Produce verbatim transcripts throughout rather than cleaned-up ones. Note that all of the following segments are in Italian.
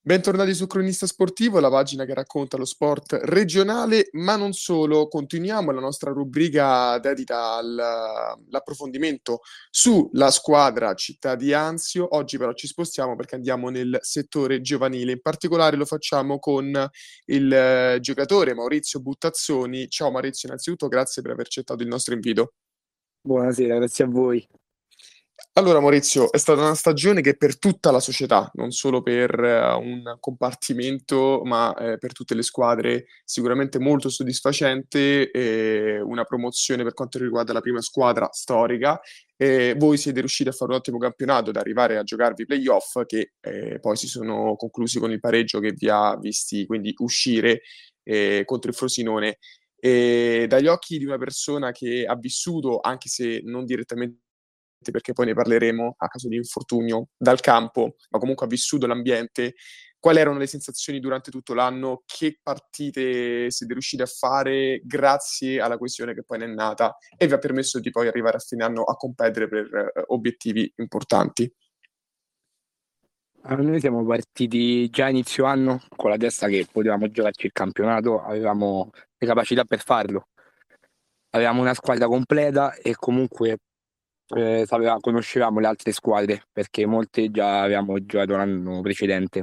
Bentornati su Cronista Sportivo, la pagina che racconta lo sport regionale, ma non solo. Continuiamo la nostra rubrica dedita al- all'approfondimento sulla squadra Città di Anzio. Oggi però ci spostiamo perché andiamo nel settore giovanile. In particolare lo facciamo con il eh, giocatore Maurizio Buttazzoni. Ciao Maurizio, innanzitutto grazie per aver accettato il nostro invito. Buonasera, grazie a voi. Allora, Maurizio, è stata una stagione che per tutta la società, non solo per eh, un compartimento, ma eh, per tutte le squadre, sicuramente molto soddisfacente. Eh, una promozione per quanto riguarda la prima squadra storica. Eh, voi siete riusciti a fare un ottimo campionato, ad arrivare a giocarvi i playoff, che eh, poi si sono conclusi con il pareggio che vi ha visti quindi uscire eh, contro il Frosinone. E dagli occhi di una persona che ha vissuto, anche se non direttamente, perché poi ne parleremo a caso di infortunio dal campo, ma comunque ha vissuto l'ambiente, quali erano le sensazioni durante tutto l'anno, che partite siete riusciti a fare grazie alla coesione che poi ne è nata e vi ha permesso di poi arrivare a fine anno a competere per eh, obiettivi importanti. Allora, noi siamo partiti già a inizio anno con la testa che potevamo giocarci il campionato, avevamo le capacità per farlo. Avevamo una squadra completa e comunque eh, sapeva- conoscevamo le altre squadre perché molte già avevamo giocato l'anno precedente.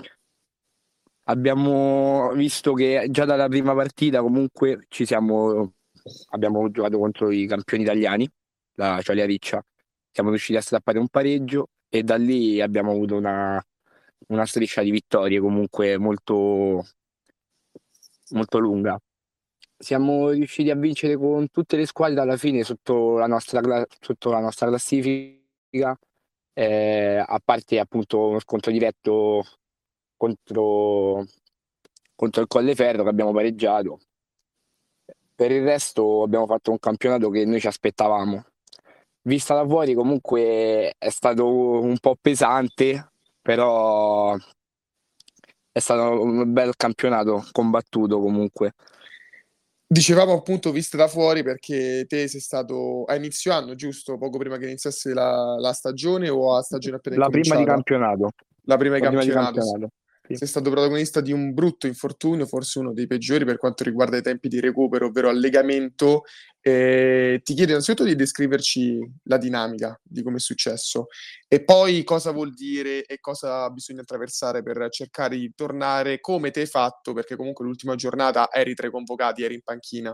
Abbiamo visto che già dalla prima partita comunque ci siamo, abbiamo giocato contro i campioni italiani, la Cialiariccia, siamo riusciti a strappare un pareggio e da lì abbiamo avuto una, una striscia di vittorie comunque molto, molto lunga. Siamo riusciti a vincere con tutte le squadre alla fine sotto la nostra, cla- sotto la nostra classifica, eh, a parte appunto uno scontro diretto contro, contro il Colleferro che abbiamo pareggiato. Per il resto abbiamo fatto un campionato che noi ci aspettavamo. Vista da fuori comunque è stato un po' pesante, però è stato un bel campionato combattuto comunque. Dicevamo appunto viste da fuori perché te sei stato a inizio anno, giusto? Poco prima che iniziasse la, la stagione o a stagione appena La prima di incominciata? campionato, La prima di la prima di campionato. S- campionato. Sì. Sei stato protagonista di un brutto infortunio, forse uno dei peggiori per quanto riguarda i tempi di recupero, ovvero allegamento. Eh, ti chiedo innanzitutto di descriverci la dinamica di come è successo e poi cosa vuol dire e cosa bisogna attraversare per cercare di tornare, come ti hai fatto, perché comunque l'ultima giornata eri tra i convocati, eri in panchina.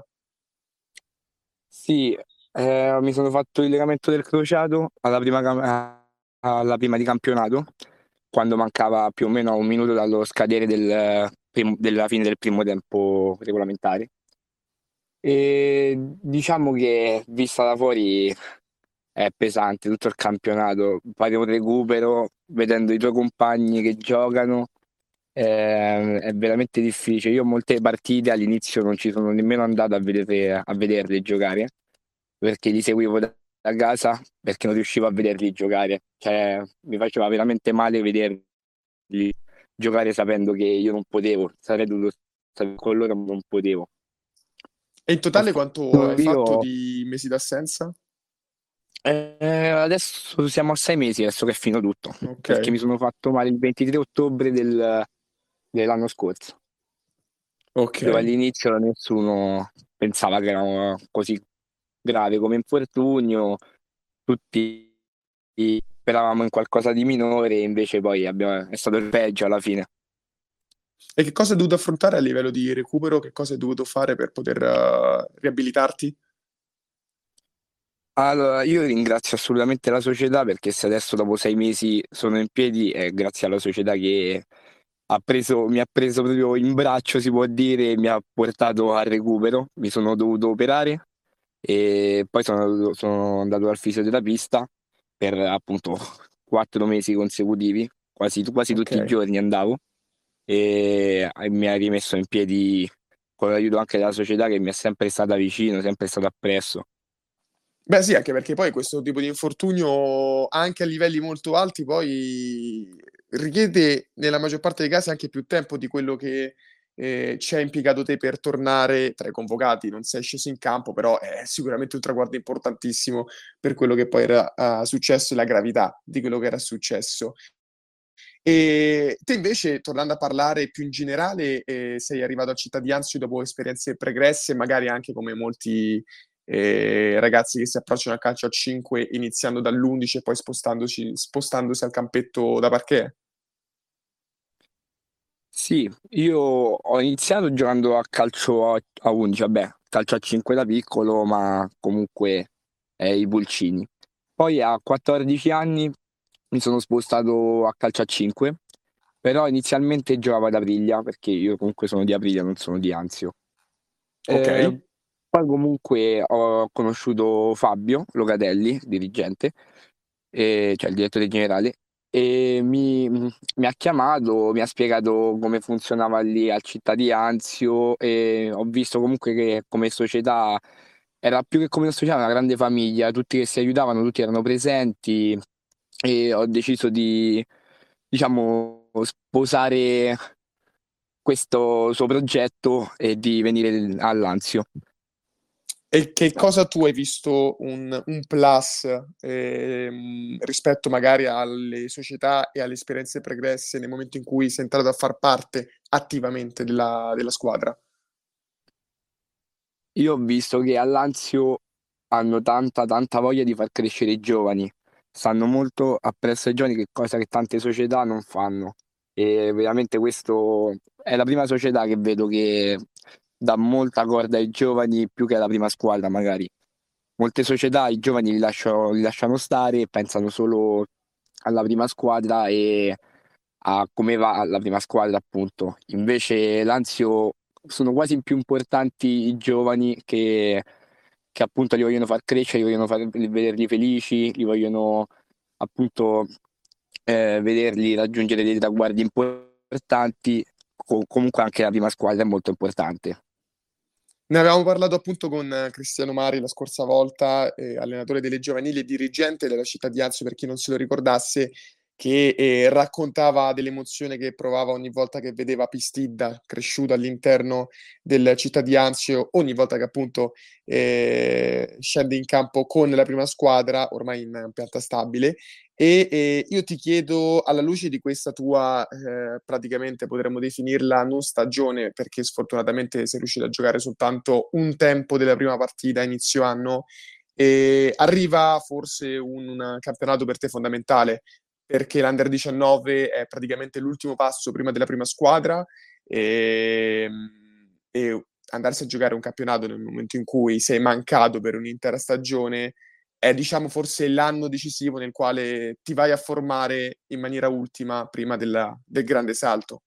Sì, eh, mi sono fatto il legamento del crociato alla prima, cam- alla prima di campionato, quando mancava più o meno un minuto dallo scadere del prim- della fine del primo tempo regolamentare. E diciamo che vista da fuori è pesante tutto il campionato, fare un recupero, vedendo i tuoi compagni che giocano, eh, è veramente difficile. Io molte partite all'inizio non ci sono nemmeno andato a vedere, a vederle giocare perché li seguivo da, da casa perché non riuscivo a vederli giocare. Cioè, mi faceva veramente male vederli giocare sapendo che io non potevo, sarei dovuto stare con loro, ma non potevo. E in Ho totale quanto hai fatto fatto io, di mesi d'assenza? eh, adesso siamo a sei mesi, adesso che è finito tutto, Ok, perché mi sono fatto male il ventitré ottobre del- dell'anno scorso, ok. dove all'inizio nessuno pensava che era così grave come infortunio, tutti speravamo in qualcosa di minore, invece poi abbiamo- è stato il peggio alla fine. E che cosa hai dovuto affrontare a livello di recupero? Che cosa hai dovuto fare per poter eh, riabilitarti? Allora, io ringrazio assolutamente la società perché se adesso dopo sei mesi sono in piedi è grazie alla società che ha preso, mi ha preso proprio in braccio, si può dire, e mi ha portato al recupero. Mi sono dovuto operare e poi sono, sono andato dal fisioterapista per appunto quattro mesi consecutivi, quasi, quasi Ok. tutti i giorni andavo e e mi ha rimesso in piedi con l'aiuto anche della società che mi è sempre stata vicino, sempre stata appresso. Beh, sì, anche perché poi questo tipo di infortunio, anche a livelli molto alti, poi richiede nella maggior parte dei casi anche più tempo di quello che eh, ci ha impiegato te per tornare tra i convocati. Non sei sceso in campo, però è sicuramente un traguardo importantissimo per quello che poi era ah, successo e la gravità di quello che era successo. E te invece, tornando a parlare più in generale, eh, sei arrivato a Città di Anzio dopo esperienze pregresse, magari anche come molti eh, ragazzi che si approcciano al calcio a cinque iniziando dall'undici e poi spostandoci, spostandosi al campetto da parquet. Sì, io ho iniziato giocando a calcio a, a undici, vabbè, calcio a cinque da piccolo, ma comunque eh, i pulcini. Poi a quattordici anni mi sono spostato a calcio a cinque, però inizialmente giocavo ad Aprilia, perché io comunque sono di Aprilia, non sono di Anzio. Ok? Eh, Poi comunque ho conosciuto Fabio Locatelli, dirigente, eh, cioè il direttore generale, e mi, mi ha chiamato, mi ha spiegato come funzionava lì al Città di Anzio e ho visto comunque che come società era più che come una società, una grande famiglia, tutti che si aiutavano, tutti erano presenti e ho deciso di, diciamo, sposare questo suo progetto e di venire all'Anzio. E che cosa tu hai visto un, un plus ehm, rispetto magari alle società e alle esperienze pregresse nel momento in cui sei entrato a far parte attivamente della, della squadra? Io ho visto che all'Anzio hanno tanta, tanta voglia di far crescere i giovani, stanno molto appresso ai giovani, che cosa che tante società non fanno. E veramente questo è la prima società che vedo che dà molta corda ai giovani più che alla prima squadra, magari. Molte società i giovani li lasciano, li lasciano stare e pensano solo alla prima squadra e a come va la prima squadra, appunto. Invece l'Anzio sono quasi più importanti i giovani che, che appunto li vogliono far crescere, li vogliono far vederli felici, li vogliono appunto eh, vederli raggiungere dei traguardi importanti. Co- comunque anche la prima squadra è molto importante. Ne avevamo parlato appunto con eh, Cristiano Mari la scorsa volta, eh, allenatore delle giovanili e dirigente della città di Anzio, per chi non se lo ricordasse, che eh, raccontava dell'emozione che provava ogni volta che vedeva Pistidda cresciuto all'interno del città di Anzio, ogni volta che appunto eh, scende in campo con la prima squadra, ormai in pianta stabile. E eh, io ti chiedo, alla luce di questa tua, eh, praticamente potremmo definirla non stagione, perché sfortunatamente sei riuscito a giocare soltanto un tempo della prima partita a inizio anno, e arriva forse un, un campionato per te fondamentale, perché l'Under diciannove è praticamente l'ultimo passo prima della prima squadra e, e andarsi a giocare un campionato nel momento in cui sei mancato per un'intera stagione è, diciamo, forse l'anno decisivo nel quale ti vai a formare in maniera ultima prima della- del grande salto.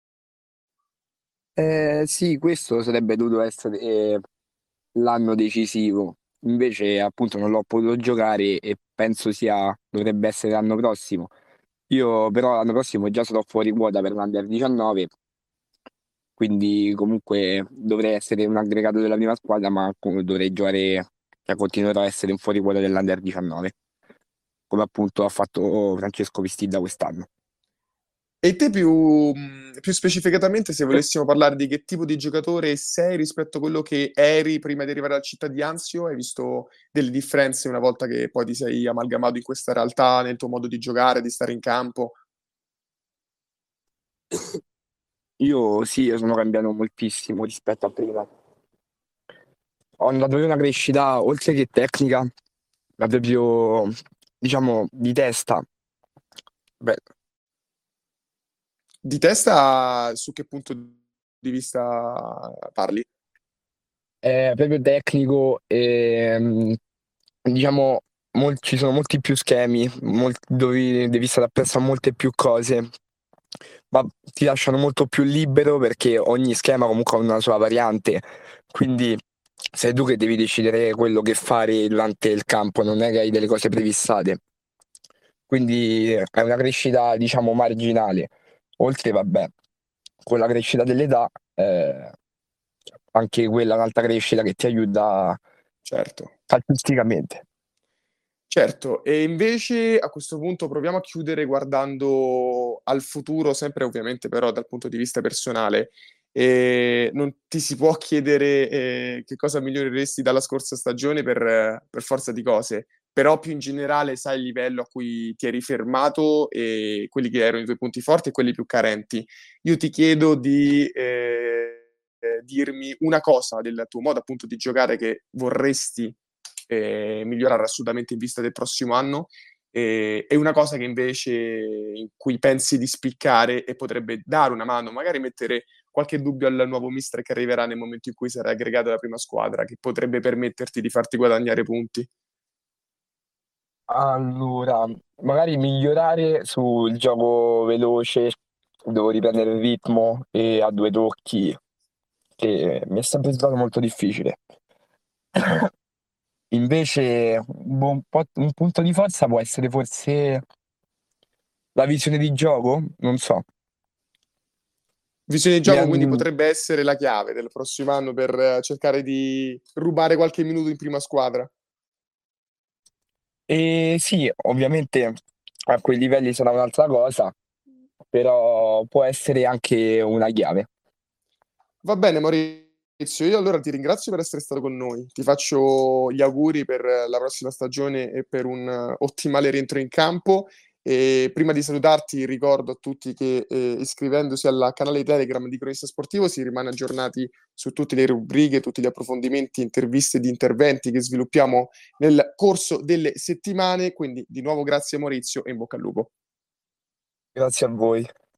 Eh, sì, questo sarebbe dovuto essere eh, l'anno decisivo. Invece, appunto, non l'ho potuto giocare e penso sia, dovrebbe essere l'anno prossimo. Io però l'anno prossimo già sarò fuori quota per l'Under diciannove, quindi comunque dovrei essere un aggregato della prima squadra, ma co- dovrei giocare, cioè continuerò a essere un fuori quota dell'Under diciannove, come appunto ha fatto Francesco Pistidda quest'anno. E te più, mh, più specificatamente, se volessimo parlare di che tipo di giocatore sei rispetto a quello che eri prima di arrivare alla città di Anzio, hai visto delle differenze una volta che poi ti sei amalgamato in questa realtà, nel tuo modo di giocare, di stare in campo? Io sì, io sono cambiato moltissimo rispetto a prima. Ho notato una crescita, oltre che tecnica, ma proprio, diciamo, di testa. Beh, Di testa, su che punto di vista parli? è proprio tecnico e, mm, diciamo, mol- ci sono molti più schemi, mol- dove devi stare appresso a molte più cose, ma ti lasciano molto più libero perché ogni schema comunque ha una sua variante, quindi sei tu che devi decidere quello che fare durante il campo, non è che hai delle cose prefissate. Quindi è una crescita, diciamo, marginale. Oltre, vabbè, con la crescita dell'età, eh, anche quella è un'altra crescita che ti aiuta Certo. calcisticamente. Certo, e invece a questo punto proviamo a chiudere guardando al futuro, sempre ovviamente però dal punto di vista personale. E non ti si può chiedere eh, che cosa miglioreresti dalla scorsa stagione per, per forza di cose, però più in generale sai il livello a cui ti eri fermato e quelli che erano i tuoi punti forti e quelli più carenti. Io ti chiedo di eh, eh, dirmi una cosa del tuo modo appunto di giocare che vorresti eh, migliorare assolutamente in vista del prossimo anno e, e una cosa che invece in cui pensi di spiccare e potrebbe dare una mano, magari mettere qualche dubbio al nuovo mister che arriverà nel momento in cui sarai aggregato alla prima squadra, che potrebbe permetterti di farti guadagnare punti. Allora, magari migliorare sul gioco veloce, devo riprendere il ritmo e a due tocchi, che mi è sempre stato molto difficile. Invece, un buon po- un punto di forza può essere forse la visione di gioco, non so. Visione di Mi gioco quindi han- potrebbe essere la chiave del prossimo anno per eh, cercare di rubare qualche minuto in prima squadra. E sì, ovviamente a quei livelli sarà un'altra cosa, però può essere anche una chiave. Va bene, Maurizio, io allora ti ringrazio per essere stato con noi. Ti faccio gli auguri per la prossima stagione e per un eh, ottimale rientro in campo. E prima di salutarti, ricordo a tutti che eh, iscrivendosi al canale Telegram di Cronista Sportivo si rimane aggiornati su tutte le rubriche, tutti gli approfondimenti, interviste ed interventi che sviluppiamo nel corso delle settimane. Quindi, di nuovo, grazie Maurizio e in bocca al lupo. Grazie a voi.